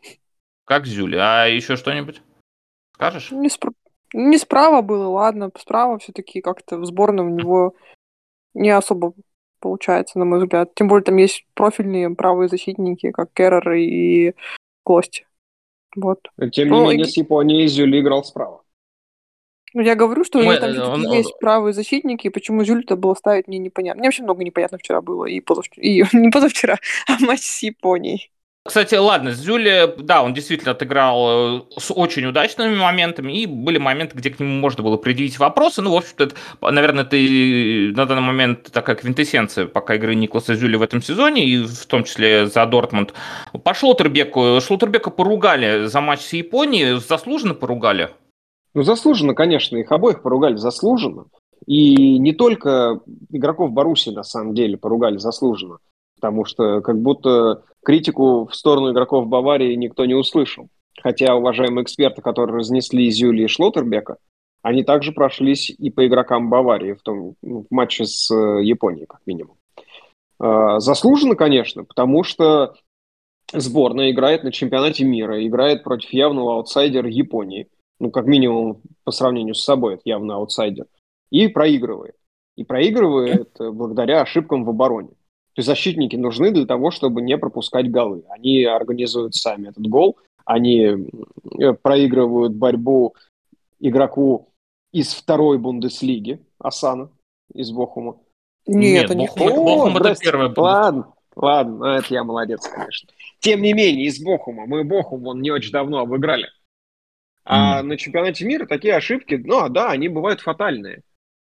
Как Зюля. А еще что-нибудь скажешь? Не, спр... не справа было, ладно. Справа все-таки как-то в сборной у него не особо получается, на мой взгляд. Тем более там есть профильные правые защитники, как Керрер и Кости. Вот. Тем не ну, менее, и... с Японией Зюля играл справа. Ну, я говорю, что Мы, там все-таки он, есть он... правые защитники, и почему Зюль-то было ставить, мне непонятно. Мне вообще много непонятно вчера было, и, позавчера, и не позавчера, а матч с Японией. Кстати, ладно, Зюле, да, он действительно отыграл с очень удачными моментами, и были моменты, где к нему можно было предъявить вопросы. Ну, в общем-то, это, наверное, это на данный момент такая квинтэссенция пока игры Никласа Зюле в этом сезоне, и в том числе за Дортмунд. По Шлоттербеку. Шлоттербека поругали за матч с Японией, заслуженно поругали. Ну, заслуженно, конечно, их обоих поругали заслуженно. И не только игроков Боруссии, на самом деле, поругали заслуженно, потому что как будто критику в сторону игроков Баварии никто не услышал. Хотя уважаемые эксперты, которые разнесли Зюли и Шлоттербека, они также прошлись и по игрокам Баварии в том ну, в матче с Японией, как минимум. Заслуженно, конечно, потому что сборная играет на чемпионате мира, играет против явного аутсайдера Японии. Ну, как минимум, по сравнению с собой, это явно аутсайдер, и проигрывает. И проигрывает благодаря ошибкам в обороне. То есть защитники нужны для того, чтобы не пропускать голы. Они организуют сами этот гол, они проигрывают борьбу игроку из второй Бундеслиги, Асана, из Бохума. Нет, Нет Бохум, это, Бохум это первое. Ладно, ладно, это я молодец, конечно. Тем не менее, из Бохума. Мы Бохум вон не очень давно обыграли. А mm. на чемпионате мира такие ошибки, ну да, они бывают фатальные.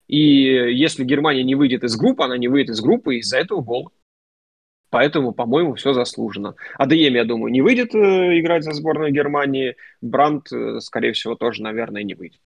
И если Германия не выйдет из группы, она не выйдет из группы из-за этого гола. Поэтому, по-моему, все заслуженно. Адеем, я думаю, не выйдет э, играть за сборную Германии. Брандт, э, скорее всего, тоже, наверное, не выйдет.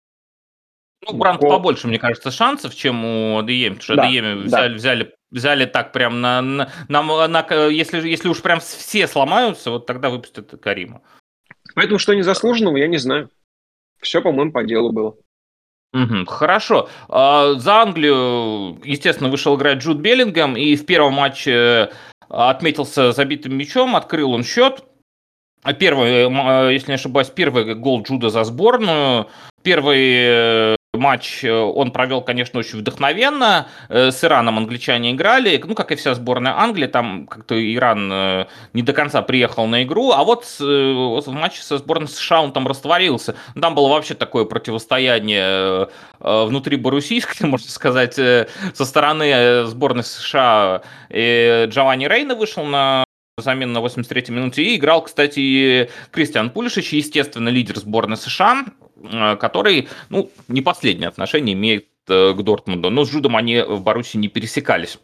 Ну, Брандт Ко... побольше, мне кажется, шансов, чем у Адеем, потому что Да, Адеем да. взяли, взяли, взяли так прям на, на, на, на- если, если уж прям все сломаются, вот тогда выпустят Карима. Поэтому что незаслуженного, я не знаю. Все, по-моему, по делу было. Мгм, хорошо. А, За Англию, естественно, вышел играть Джуд Беллингем, и в первом матче э, отметился забитым мячом, открыл он счет. А Первый, э, м, э, если не ошибаюсь, первый гол Джуда за сборную. Первый э, матч э, он провел, конечно, очень вдохновенно. Э, С Ираном англичане играли, ну, как и вся сборная Англии, там как-то Иран э, не до конца приехал на игру, а вот с- э, вот в матче со сборной США он там растворился. Там было вообще такое противостояние э, э, внутри боруссийское, можно сказать, э, со стороны э, сборной США. И Джованни Рейна вышел на замену на восемьдесят третьей минуте. И играл, кстати, и Кристиан Пулишич, естественно, лидер сборной США, э, который, ну, не последнее отношение имеет э, к Дортмунду. Но с Джудом они в Боруссии не пересекались.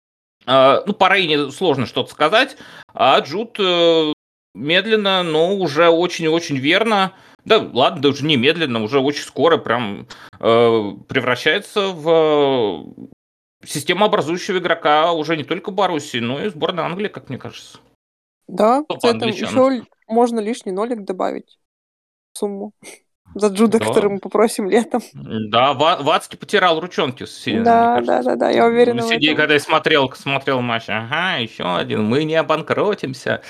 Э, Ну, по Рейне сложно что-то сказать, а Джуд э, медленно, но уже очень-очень верно, да ладно, даже не медленно, уже очень скоро прям э, превращается в системообразующего игрока уже не только Боруссии, но и сборной Англии, как мне кажется. Да, Топ кстати, англичан. еще можно лишний нолик добавить в сумму за Джуда, Да, который мы попросим летом. да, Ва- Вацки потирал ручонки, сидя, мне Да, да, кажется. да, да, я уверена в Сидя, этом. когда я смотрел, смотрел матч, ага, еще один, мы не обанкротимся.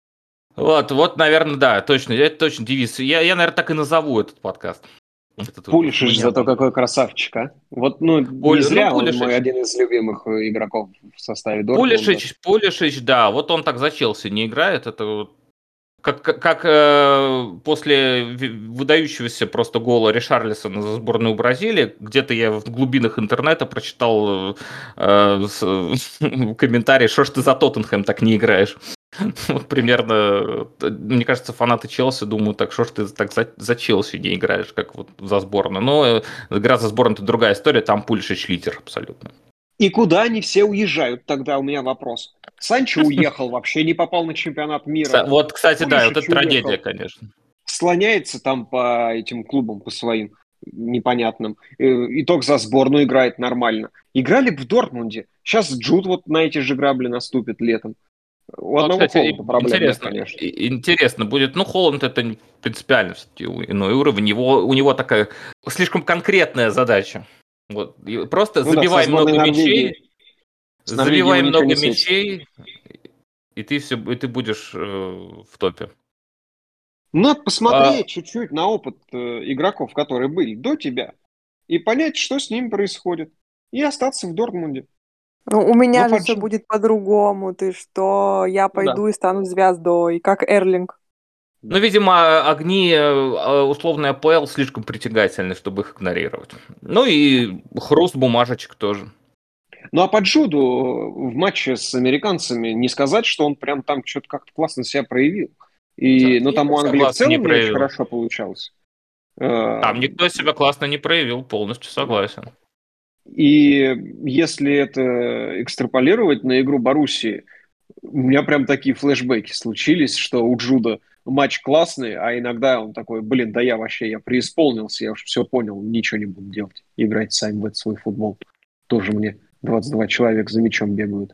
Вот, вот, наверное, да, точно, это точно девиз. Я, я, наверное, так и назову этот подкаст. Этот выпуск. Мы Пулишич не зато обан- какой красавчик, а. Вот, ну, не Пуль- Ну, зря он мой Пулишич. один из любимых э, игроков в составе Дортмунда. Пулишич, Пулишич, да, вот он так за Челси не играет, это вот как, как, как, э, после ви- выдающегося просто гола Ришарлисона за сборную Бразилии, где-то я в глубинах интернета прочитал э, э, с- комментарий, что ж ты за Тоттенхэм так не играешь. Вот примерно, э, мне кажется, фанаты Челси думают, так что ж ты так за, за Челси не играешь, как вот за сборную. Но э, игра за сборную это другая история, там Пулишич лидер абсолютно. И куда они все уезжают тогда, у меня вопрос. Санчо уехал, вообще не попал на чемпионат мира. Кста- Вот, кстати, да, вот это Пулишич трагедия, уехал. конечно. Слоняется там по этим клубам, по своим непонятным. Э, Итог за сборную играет нормально. Играли бы в Дортмунде. Сейчас Джуд вот на эти же грабли наступит летом. У Ну, одного кстати, Холланда и- проблем нет, интересно, конечно. и- интересно будет. Ну, Холланд это не- принципиально все-таки иной уровень. Его, у него такая слишком конкретная задача. Вот. И просто Ну да, со забивай сборной много мячей, Норвегии. С Норвегией ему забивай ничего много не светит. мячей, и ты все, и ты будешь э, в топе. Надо А, посмотреть чуть-чуть на опыт э, игроков, которые были до тебя, и понять, что с ними происходит. И остаться в Дортмунде. Ну, у Но меня же под... все будет по-другому. Ты что? Я Ну да. пойду и стану звездой, как Эрлинг. ну, видимо, огни э, условной АПЛ слишком притягательны, чтобы их игнорировать. Ну и хруст бумажечек тоже. Ну а по Джуду в матче с американцами не сказать, что он прям там что-то как-то классно себя проявил. И, ну, там Никто у себя Англии в классно не целом не очень проявил. хорошо получалось. Э, Там никто себя классно не проявил, полностью согласен. И если это экстраполировать на игру Боруссии, у меня прям такие флешбеки случились, что у Джуда матч классный, а иногда он такой, блин, да я вообще, я преисполнился, я уж все понял, ничего не буду делать. Играть сами в этот свой футбол. Тоже мне двадцать два человека за мячом бегают.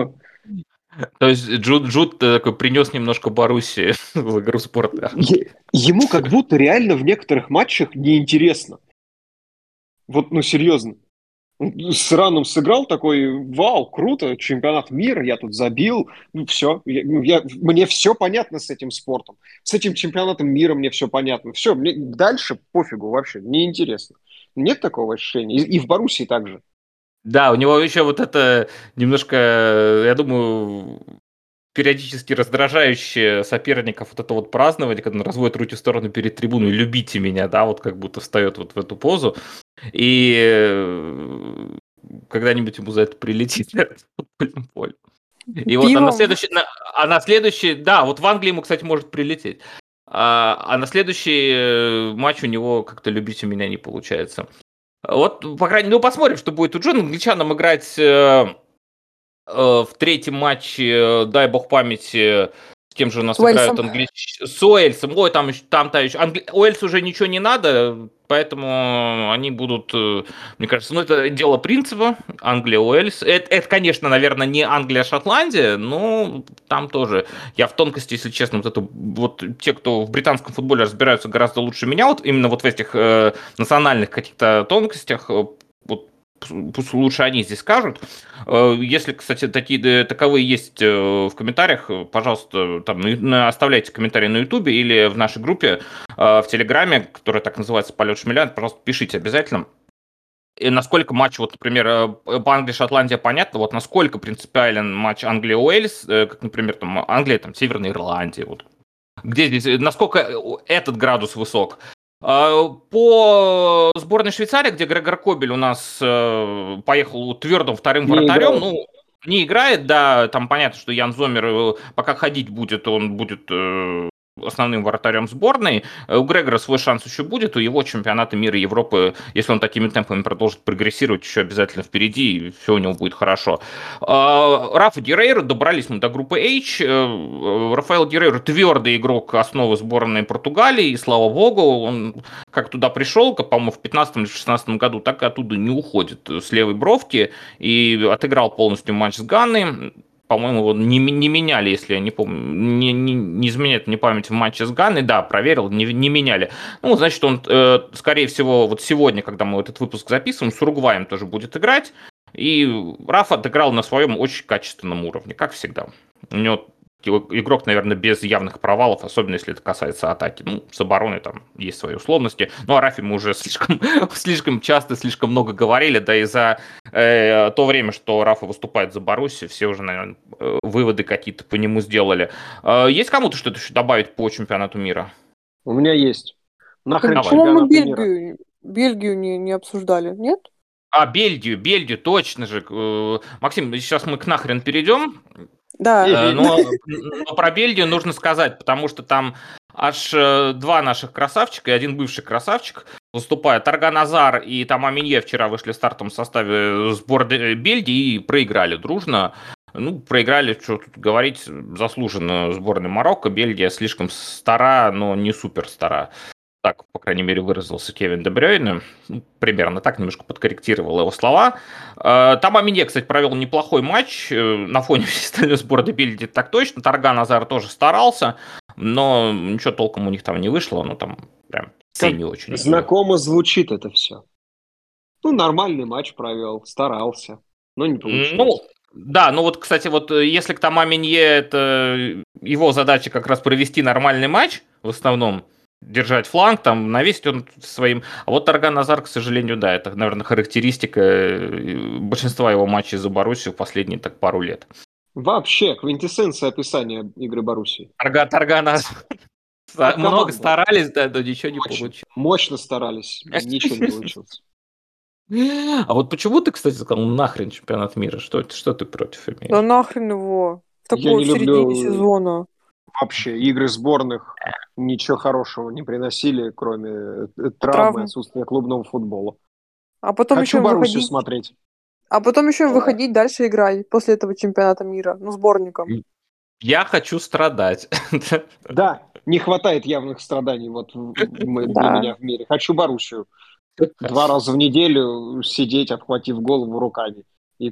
То есть Джуд, Джуд такой принес немножко Боруссии в игру спорта. Е- Ему как будто реально в некоторых матчах неинтересно. Вот, ну, серьезно. Он с Ираном сыграл такой, вау, круто, чемпионат мира, я тут забил, ну все, я, ну, я- мне все понятно с этим спортом, с этим чемпионатом мира мне все понятно, все, мне дальше пофигу вообще, неинтересно. Нет такого ощущения, и, и в Боруссии также. Да, у него еще вот это немножко, я думаю, периодически раздражающее соперников вот это вот празднование, когда он разводит руки в сторону перед трибуной, любите меня, да, вот как будто встает вот в эту позу, и э, когда-нибудь ему за это прилетит на футбольном поле. И вот, а на Пивом. следующий, на- а на следующий, да, вот в Англии ему, кстати, может прилететь. А, а на следующий э, матч у него как-то «любите меня» не получается. Вот, по крайней мере, ну посмотрим, что будет у Джона. Англичанам играть э, э, в третьем матче, э, дай бог памяти, с кем же у нас С Уэльсом. играют англич... С Уэльсом. Ой, там, там-то еще... Англи... Уэльсу уже ничего не надо, поэтому они будут, э, мне кажется, ну это дело принципа. Англия, Уэльс. Это, это, конечно, наверное, не Англия, Шотландия, но там тоже. Я в тонкости, если честно, вот это вот те, кто в британском футболе разбираются гораздо лучше меня, вот именно вот в этих э, национальных каких-то тонкостях, э, вот пусть лучше они здесь скажут. Э, Если, кстати, такие таковые есть э, в комментариях, э, пожалуйста, там на ю- на- оставляйте комментарии на Ютубе или в нашей группе э, в Телеграме, которая так называется «Полет Шмеля», пожалуйста, пишите обязательно. И насколько матч, вот, например, э, по Англии, Шотландия, понятно, вот насколько принципиален матч Англия-Уэльс, э, как, например, там Англия, там, Северная Ирландия, вот. Где здесь, э, насколько э, этот градус высок? А, По сборной Швейцарии, где Грегор Кобель у нас э, поехал твердым вторым Не вратарем, играет. ну, не играет, да, там понятно, что Ян Зомер, э, пока ходить будет, он будет э, основным вратарем сборной. Э, У Грегора свой шанс еще будет, у его чемпионата мира и Европы, если он такими темпами продолжит прогрессировать, еще обязательно впереди, и все у него будет хорошо. А, Рафа Геррейро, добрались мы до группы H. Э, Рафаэл Геррейро твердый игрок основы сборной Португалии, и слава богу, он как туда пришел, как, по-моему, в пятнадцатом или шестнадцатом году, так и оттуда не уходит с левой бровки, и отыграл полностью матч с Ганной. По-моему, его не, не меняли, если я не помню, не, не, не изменяет мне память в матче с Ганной, да, проверил, не, не меняли. Ну, значит, он, э, скорее всего, вот сегодня, когда мы этот выпуск записываем, с Уругваем тоже будет играть, и Рафа отыграл на своем очень качественном уровне, как всегда. У него игрок, наверное, без явных провалов, особенно если это касается атаки. Ну, с обороной там есть свои условности. Ну, о Рафе мы уже слишком, слишком часто, слишком много говорили, да и за э, то время, что Рафа выступает за Боруссию, все уже, наверное, выводы какие-то по нему сделали. Э, есть кому-то что-то еще добавить по чемпионату мира? У меня есть. Нахрен Давай. По-моему, чемпионата мира. Бельгию, Бельгию не, не обсуждали, нет? А, Бельгию, Бельгию, точно же. Э, Максим, сейчас мы к нахрен перейдем. Да. Э, Но, но про Бельгию нужно сказать, потому что там аж э, два наших красавчика и один бывший красавчик выступают. Тарган Азар и там Аминье вчера вышли в стартовом составе сборной Бельгии и проиграли дружно. Ну, проиграли, что тут говорить, заслуженно сборной Марокко. Бельгия слишком стара, но не супер стара. Так, по крайней мере, выразился Кевин Де Брюйне. Ну, примерно так, немножко подкорректировал его слова. Э, Там Аминье, кстати, провел неплохой матч. э, На фоне всей остальной сборной Бельгии так точно. Тарган Азар тоже старался, но ничего толком у них там не вышло. Ну, там прям все Как не очень. знакомо звучит это все. Ну, нормальный матч провел, старался, но не получилось. Ну, да, ну вот, кстати, вот э, если к тому Аминье, это его задача как раз провести нормальный матч, в основном, держать фланг, там, навесить он своим. А вот Тарган Назар, к сожалению, да, это, наверное, характеристика э, большинства его матчей за Боруссию в последние так пару лет. Вообще, квинтэссенция описания игры Боруссии. Тарган, Тарган Назар. Как Много команда. старались, да, но ничего не Очень получилось. мощно старались, ничего не получилось. А вот почему ты, кстати, сказал нахрен чемпионат мира? Что, что ты против Да имеешь? нахрен его. В Я такой не в середине люблю сезона. вообще игры сборных, ничего хорошего не приносили, кроме э, травмы, Травм. отсутствия клубного футбола. А потом Хочу еще Боруссию выходить. смотреть. А потом еще выходить дальше играть после этого чемпионата мира. Ну, сборником. Я хочу страдать. Да, не хватает явных страданий вот в- м- для Да. меня в мире. Хочу Боруссию. Два раза в неделю сидеть, обхватив голову руками. И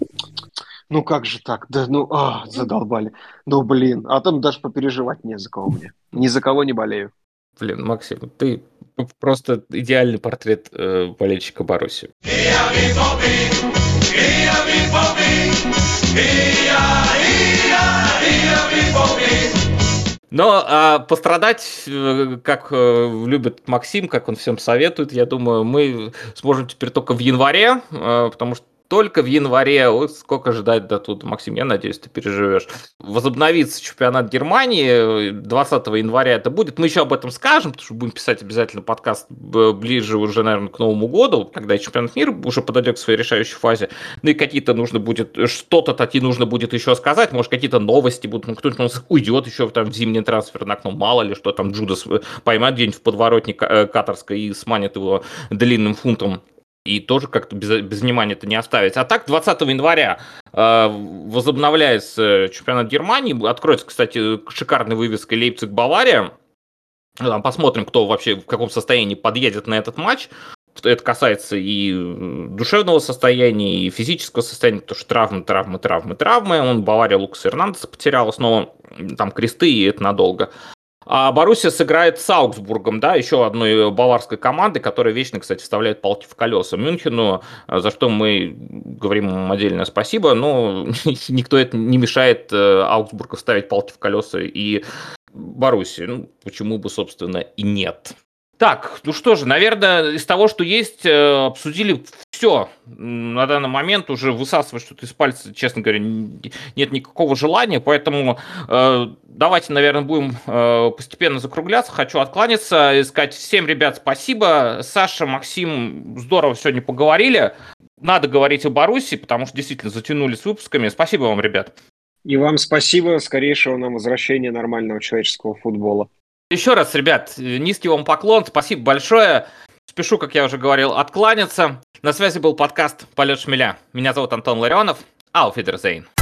ну как же так? Да ну, а, задолбали. Ну блин, а там даже попереживать не за кого мне. Ни за кого не болею. Блин, Максим, ты просто идеальный портрет э, болельщика Боруссии. Но а, пострадать, э, как э, любит Максим, как он всем советует, я думаю, мы сможем теперь только в январе, э, потому что только в январе, ой, сколько ждать до тут, Максим, я надеюсь, ты переживешь. Возобновится чемпионат Германии, двадцатого января это будет. Мы еще об этом скажем, потому что будем писать обязательно подкаст ближе уже, наверное, к Новому году, когда и чемпионат мира уже подойдет к своей решающей фазе. Ну и какие-то нужно будет, что-то таки нужно будет еще сказать, может, какие-то новости будут, ну, кто-то у нас уйдет еще там в зимнее трансферное окно, мало ли, что там Джудас поймает где-нибудь в подворотне катарской и сманит его длинным фунтом. И тоже как-то без, без внимания это не оставить. А так, двадцатого января э, возобновляется чемпионат Германии. Откроется, кстати, шикарной вывеской Лейпциг-Бавария. Посмотрим, кто вообще в каком состоянии подъедет на этот матч. Это касается и душевного состояния, и физического состояния, потому что травмы, травмы, травмы, травмы. Он Бавария Лукаса Эрнандеса потеряла снова там кресты, и это надолго. А Боруссия сыграет с Аугсбургом, да, еще одной баварской командой, которая вечно, кстати, вставляет палки в колеса Мюнхену, за что мы говорим им отдельное спасибо, но никто это не мешает Аугсбургу вставить палки в колеса и Боруссии. Ну, почему бы, собственно, и нет. Так, ну что же, наверное, из того, что есть, обсудили все. На данный момент уже высасывать что-то из пальца, честно говоря, нет никакого желания, поэтому э, давайте, наверное, будем э, постепенно закругляться. Хочу откланяться и сказать всем, ребят, спасибо. Саша, Максим, здорово сегодня поговорили. Надо говорить о Боруссии, потому что действительно затянули с выпусками. Спасибо вам, ребят. И вам спасибо. Скорейшего нам возвращения нормального человеческого футбола. Еще раз, ребят, низкий вам поклон, спасибо большое. Спешу, как я уже говорил, откланяться. На связи был подкаст «Полет шмеля». Меня зовут Антон Ларионов. Auf Wiedersehen.